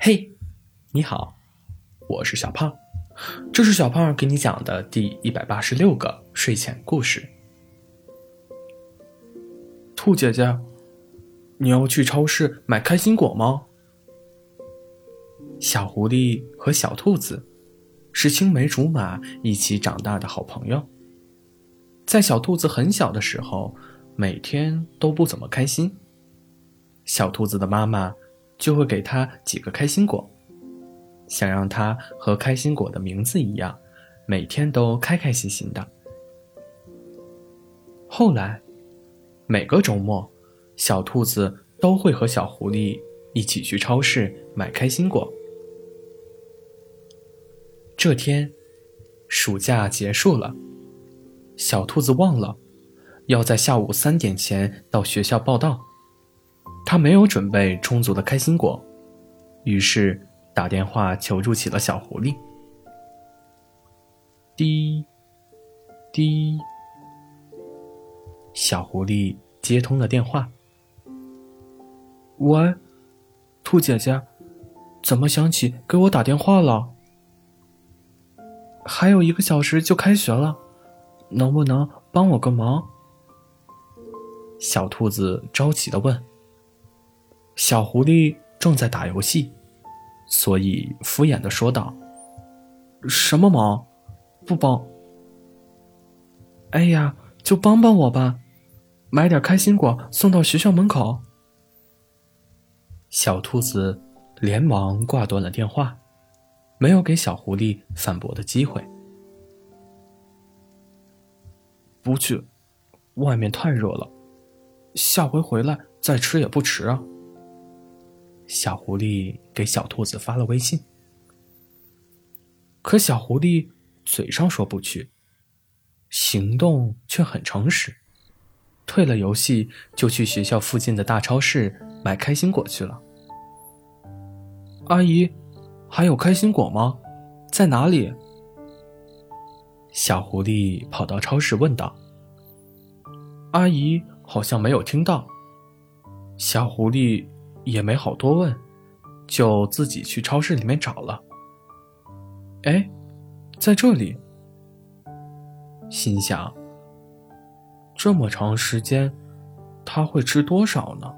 嘿，你好，我是小胖，这是小胖给你讲的第186个睡前故事。兔姐姐，你要去超市买开心果吗？小狐狸和小兔子是青梅竹马一起长大的好朋友。在小兔子很小的时候，每天都不怎么开心，小兔子的妈妈就会给它几个开心果，想让它和开心果的名字一样，每天都开开心心的。后来每个周末，小兔子都会和小狐狸一起去超市买开心果。这天暑假结束了，小兔子忘了要在下午3点前到学校报到，他没有准备充足的开心果，于是打电话求助起了小狐狸。滴滴，小狐狸接通了电话。喂，兔姐姐，怎么想起给我打电话了？还有1个小时就开学了，能不能帮我个忙？小兔子着急地问。小狐狸正在打游戏，所以敷衍地说道：什么忙？不帮。哎呀，就帮帮我吧，买点开心果送到学校门口。小兔子连忙挂断了电话，没有给小狐狸反驳的机会。不去，外面太热了，下回回来再吃也不迟啊。小狐狸给小兔子发了微信，可小狐狸嘴上说不去，行动却很诚实，退了游戏就去学校附近的大超市买开心果去了。阿姨，还有开心果吗？在哪里？小狐狸跑到超市问道。阿姨好像没有听到，小狐狸也没好多问，就自己去超市里面找了。哎，在这里。心想，这么长时间他会吃多少呢？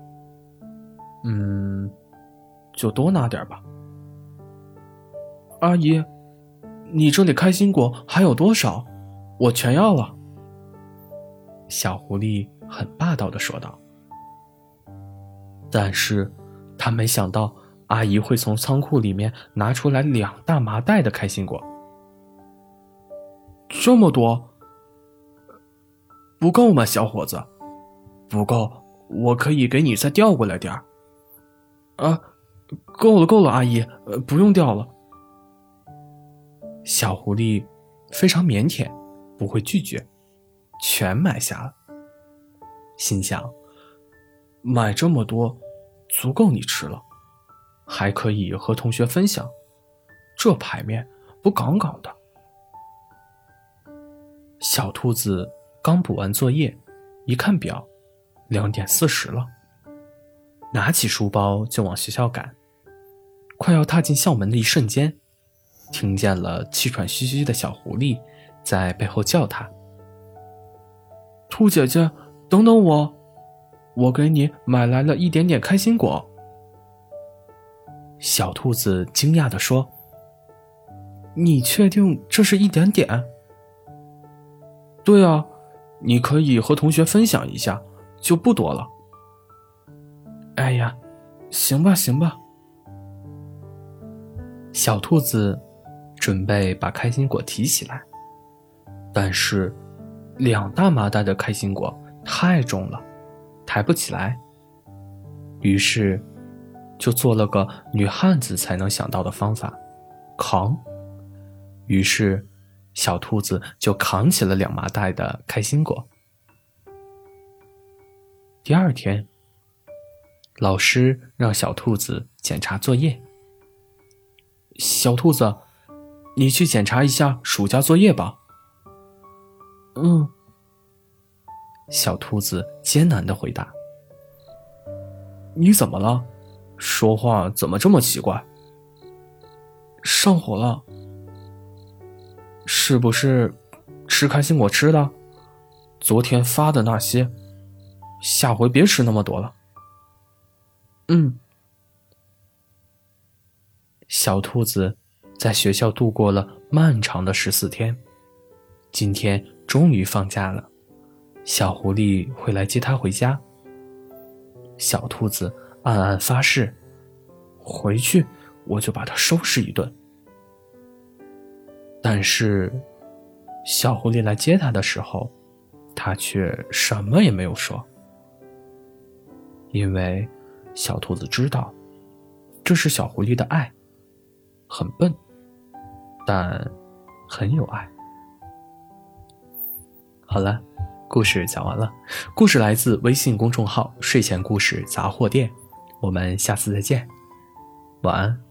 就多拿点吧。阿姨，你这里开心果还有多少？我全要了。小狐狸很霸道地说道。但是他没想到阿姨会从仓库里面拿出来2大麻袋的开心果。这么多？不够吗，小伙子？不够，我可以给你再调过来点儿。够了，阿姨，不用调了。小狐狸非常腼腆，不会拒绝，全买下了。心想，买这么多足够你吃了，还可以和同学分享，这牌面不杠杠的。小兔子刚补完作业，一看表，2点40了，拿起书包就往学校赶。快要踏进校门的一瞬间，听见了气喘吁吁的小狐狸在背后叫他：兔姐姐，等等我，我给你买来了一点点开心果。小兔子惊讶地说：你确定这是一点点？对啊，你可以和同学分享一下，就不多了。哎呀，行吧。小兔子准备把开心果提起来，但是2大麻袋的开心果太重了，抬不起来，于是就做了个女汉子才能想到的方法，扛。于是小兔子就扛起了2麻袋的开心果。第2天，老师让小兔子检查作业。小兔子，你去检查一下暑假作业吧。小兔子艰难地回答。你怎么了？说话怎么这么奇怪？ 上火了，是不是吃开心果吃的？昨天发的那些，下回别吃那么多了。小兔子在学校度过了漫长的14天，今天终于放假了，小狐狸会来接它回家。小兔子暗暗发誓，回去我就把它收拾一顿。但是小狐狸来接它的时候，它却什么也没有说，因为小兔子知道这是小狐狸的爱，很笨，但很有爱。好了，故事讲完了。故事来自微信公众号睡前故事杂货店，我们下次再见，晚安。